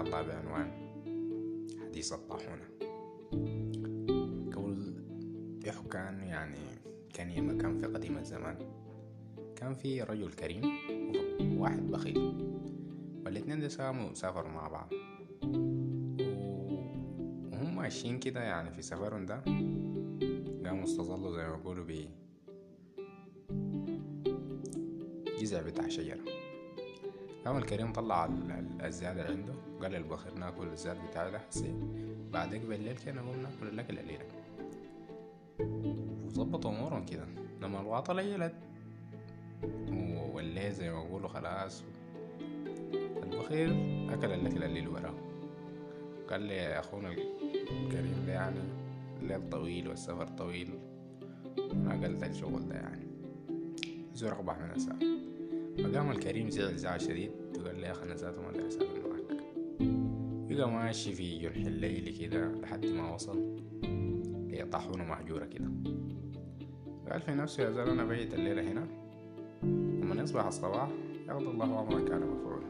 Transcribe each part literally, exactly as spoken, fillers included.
الله بعنوان حديث الطاحونة. قبل بيحكوا كان يعني كان ياما كان في قديم الزمان كان في رجل كريم وواحد بخيل، والاتنين دي ساموا سافروا مع بعض، وهم ماشيين كده يعني في سفرهم ده قاموا استظلوا زي ما بيقولوا بجذع بتاع شجرة. قام الكريم طلع الزاد اللي عنده وقال للبخيل ناكل الزاد بتاعي ده حسين بعدك بالليل كده نقوم ناكل الأكل الليلة، وظبطوا أمورهم كده. لما الواطة ليلت والليل زي ما بيقولوا خلاص، البخيل أكل الأكل الليل وراه. قال لي يا أخونا الكريم ده يعني الليل طويل والسفر طويل، أنا قلت الشغل ده يعني زور أربع من الساعة. فقام الكريم زعل زعل شديد وقال لي يا أخي أنا ذاته ما أقدر أسافر معاك. بقى ماشي في جنح الليل كده لحد ما وصل لطاحونة محجورة كده. قال في نفسه يا زلمة أنا بيت الليلة هنا، لما يصبح الصباح ياخد الله أمرا كان مفعولا.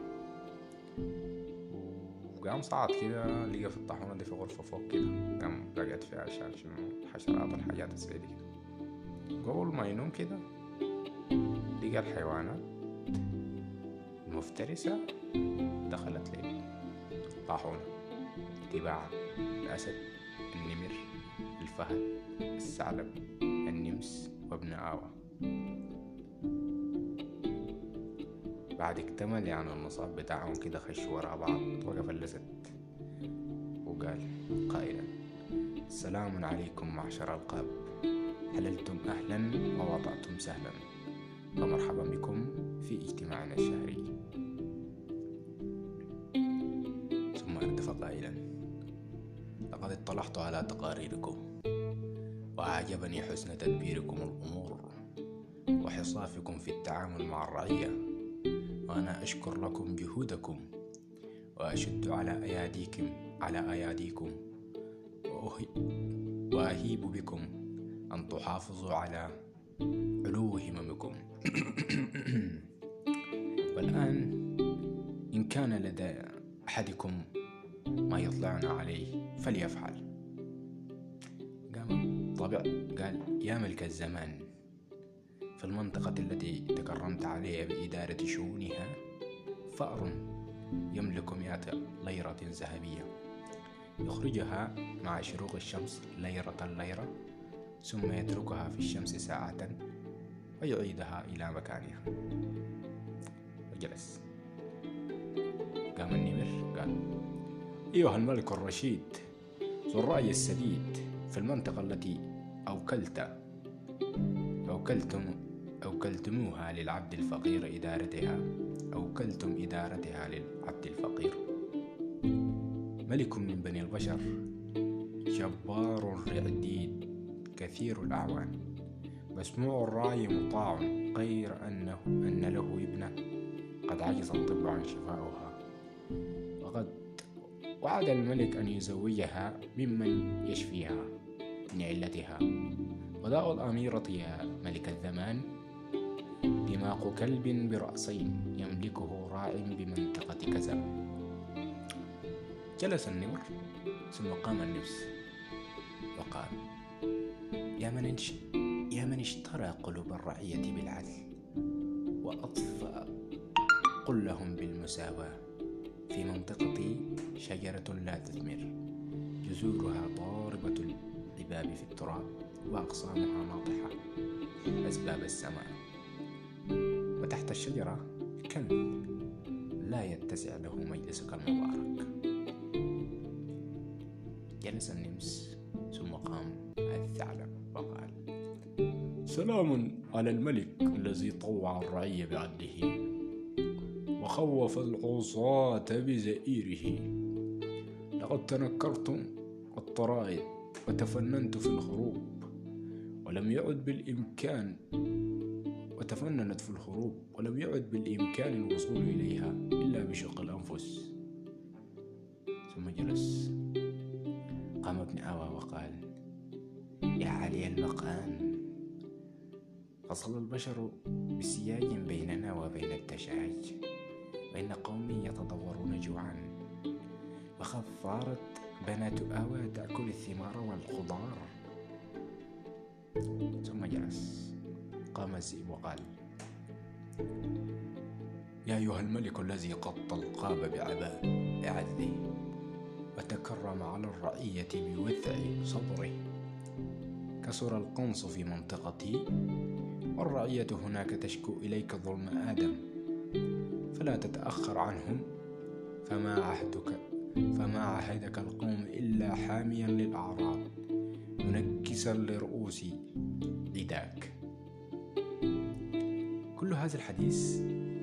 وقام صعد كده لقى في الطاحونة دي في غرفة فوق كده، قام رقد فيها عشان شنو الحشرات والحاجات الزي دي كده. قبل ما ينوم كده لقى الحيوانات المفترسة دخلت لي الطاحونة تباعا: الأسد، النمر، الفهد، الثعلب، النمس، وابن آوى. بعد اكتمل يعني النصاب بتاعهم كده خشوا ورا بعض. وقف الأسد وقال قائلا: سلام عليكم معشر القاب، حللتم أهلا ووضعتم سهلا، فمرحبا بكم في اجتماعنا الشهري. ثم اردف قائلا: لقد اطلعت على تقاريركم وأعجبني حسن تدبيركم الأمور وحصافكم في التعامل مع الرعية، وأنا أشكر لكم جهودكم وأشد على أياديكم على أياديكم وأهيب بكم أن تحافظوا على علو هممكم. والآن إن كان لدى أحدكم ما يطلعنا عليه فليفعل. قام طبع قال: يا ملك الزمان، في المنطقة التي تكرمت عليها بإدارة شؤونها فأر يملك مئة ليرة ذهبية، يخرجها مع شروق الشمس ليرة ليرة، ثم يتركها في الشمس ساعة ويعيدها إلى مكانها. وجلس. قام النمر قال: أيها الملك الرشيد ذو الرأي السديد، في المنطقة التي أوكلت أوكلتم أوكلتموها للعبد الفقير إدارتها أوكلتم إدارتها للعبد الفقير. ملك من بني البشر جبار رعديد كثير الأعوان، مسموع الراعي مطاع، غير أنه أن له ابنة قد عجز الطب عن شفاؤها، وقد وعد الملك أن يزوجها ممن يشفيها من علتها. غذاء الأميرة يا ملك الزمان دماغ كلب برأسين يملكه راع بمنطقة كذا. جلس النمر ثم قام النمس وقال: يا من يا من اشترى قلوب الرعية بالعدل وأطفأ قلهم بالمساواة، في منطقتي شجرة لا تثمر، جذورها ضاربة العباب في التراب وأغصانها ناطحة أسباب السماء، وتحت الشجرة كنز لا يتسع له مجلسك المبارك. جلس النمس ثم قام الثعلب وقال: سلام على الملك الذي طوع الرعية بعدله وخوف العصاة بزئيره. لقد تنكرتم الطرائد وتفننت في الهروب، ولم يعد بالإمكان وتفننت في الهروب ولم يعد بالإمكان الوصول إليها إلا بشق الأنفس. ثم جلس. قام ابن آوى وقال: يا علي المقام، فصل البشر بسياج بيننا وبين التشاج، بين قوم يتضورون جوعا وخفارت بنات آوى تأكل الثمار والخضار. ثم جلس. قام الذئب وقال: يا أيها الملك الذي قط القاب بعباء عذه وتكرم على الرعية بوثع صبره، كسر القنص في منطقتي والرعية هناك تشكو إليك ظلم آدم، فلا تتأخر عنهم، فما عهدك فما عهدك القوم إلا حاميا للأعراض منكسا لرؤوس عداك. كل هذا الحديث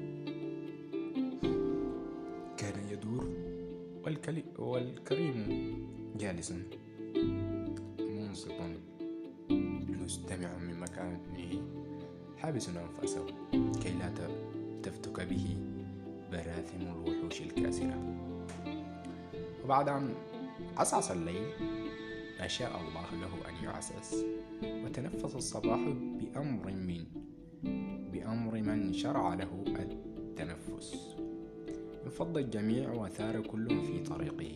كان يدور والكريم جالسا منصتا مستمع من مكانه حابس أنفاسه كي لا تفتك به براثم الوحوش الكاسرة. وبعد أن عسعس الليل ما شاء الله له أن يعسس، وتنفس الصباح بأمر من بأمر من شرع له التنفس، انفض الجميع وثار كل في طريقه.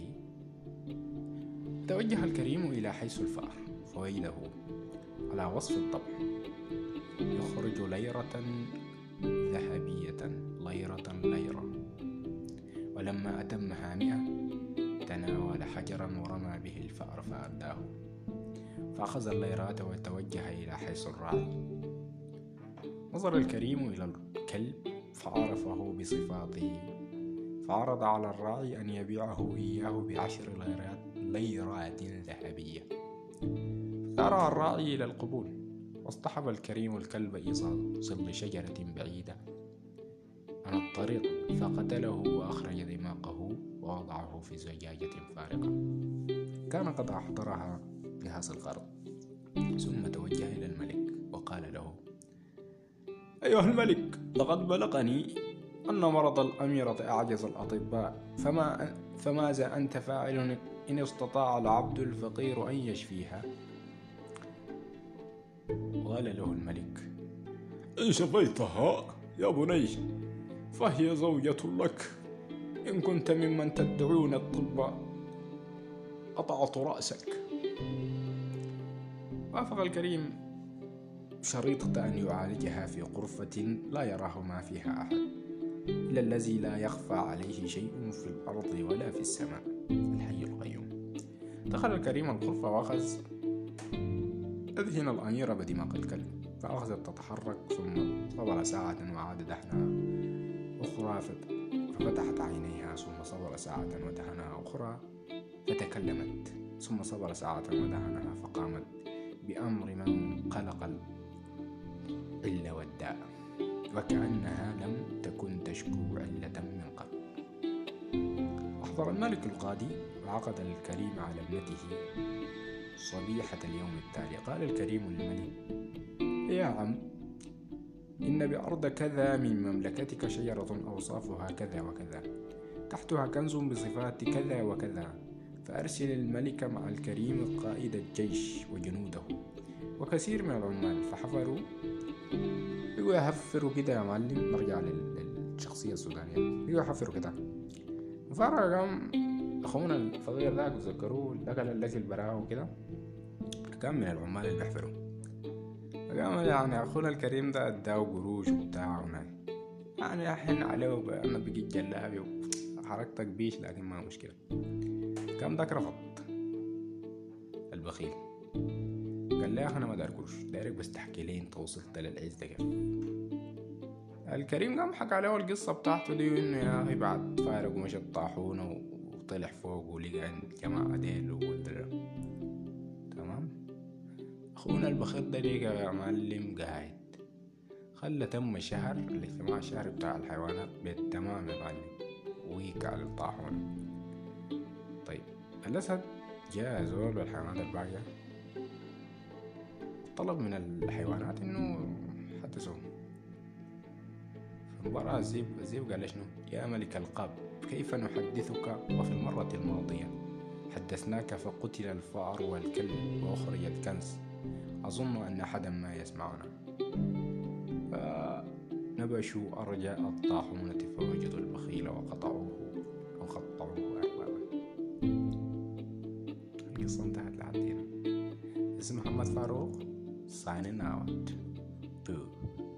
توجه الكريم إلى حيث الفأر، فويله على وصف الطبع يخرج ليرة ذهبية ليرة ليرة، ولما أتمها مئة تناول حجرا ورمى به الفأر فأرداه، فأخذ الليرات وتوجه إلى حيث الراعي. نظر الكريم إلى الكلب فعرفه بصفاته، فعرض على الراعي أن يبيعه إياه بعشر ليرات, ليرات ذهبية، فسارع الراعي إلى القبول، واصطحب الكريم الكلب إلى ظل شجرة بعيدة عن الطريق، فقتله وأخرج دماغه ووضعه في زجاجة فارغة كان قد أحضرها لهذا الغرض. ثم توجه إلى الملك وقال له: أيها الملك، لقد بلغني أن مرض الأميرة أعجز الأطباء، فما فماذا أنت فاعل إن استطاع العبد الفقير أن يشفيها؟ قال له الملك: إن شفيتها يا بني فهي زوجة لك، إن كنت ممن تدعون الطب قطعت رأسك. وافق الكريم شريطة أن يعالجها في غرفة لا يراه ما فيها أحد إلا الذي لا يخفى عليه شيء في الأرض ولا في السماء، الحي القيوم. دخل الكريم الغرفة وأخذ أدهن الأميرة بدماغ الكلب، فأخذت تتحرك، ثم صبر ساعة وعاد دهنها أخرى ففتحت عينيها، ثم صبر ساعة ودهنها أخرى فتكلمت، ثم صبر ساعة ودهنها فقامت بأمر من خلق العلة والداء، وكأنها لم تكن تشكو علة من قبل. أحضر الملك القاضي وعقد الكريم على ابنته صبيحة اليوم التالي. قال الكريم للملك: يا عم، إن بأرض كذا من مملكتك شجرة أوصافها كذا وكذا، تحتها كنز بصفات كذا وكذا، فأرسل الملك مع الكريم قائد الجيش وجنوده وكثير من العمال فحفروا. بيقوا يحفروا كده يا معلم، نرجع للشخصية السودانية، بيقوا يحفروا كده. فارغ قام أخونا الفقير ذاك وذكروه الأكل الذي البراه وكده، كان من العمال اللي بيحفروا. فقام يعني أخونا الكريم ده أداه قروش وبتاع، يعني أحن عليه أنا بقيت جلابي وحركتك بيش، لكن ما مشكلة. قام داك رفض البخيل، قال لي يا أخي أنا ما دار قروش، دايرك بس تحكي لي أنت وصلت للعز ده كيف. الكريم قام حكى عليه القصة بتاعته دي، إنه يا أخي بعد فارق ومشى الطاحونة وطلع فوق ولقى الجماعة ديل وقدر. تمام. أخونا البخيل ده لقى يا معلم قاعد، خلى تم شهر الاجتماع الشهري بتاع الحيوانات بالتمام يا معلم، ويك على الطاحونة. طيب الأسد جاء زول والحيوانات الباقية طلب من الحيوانات إنه حدثوه. فمباراة الذئب الذئب قال شنو: يا ملك القاب، كيف نحدثك وفي المرة الماضية حدثناك فقتل الفأر والكلب وأخرج الكنز، أظن أن أحدا ما يسمعنا. فنبشوا أرجاء الطاحونة فوجدوا البخيل وقطعوه وقطعوه أحبابا. القصة انتهت لحد هنا. اسمي محمد فاروق signing out. Boo.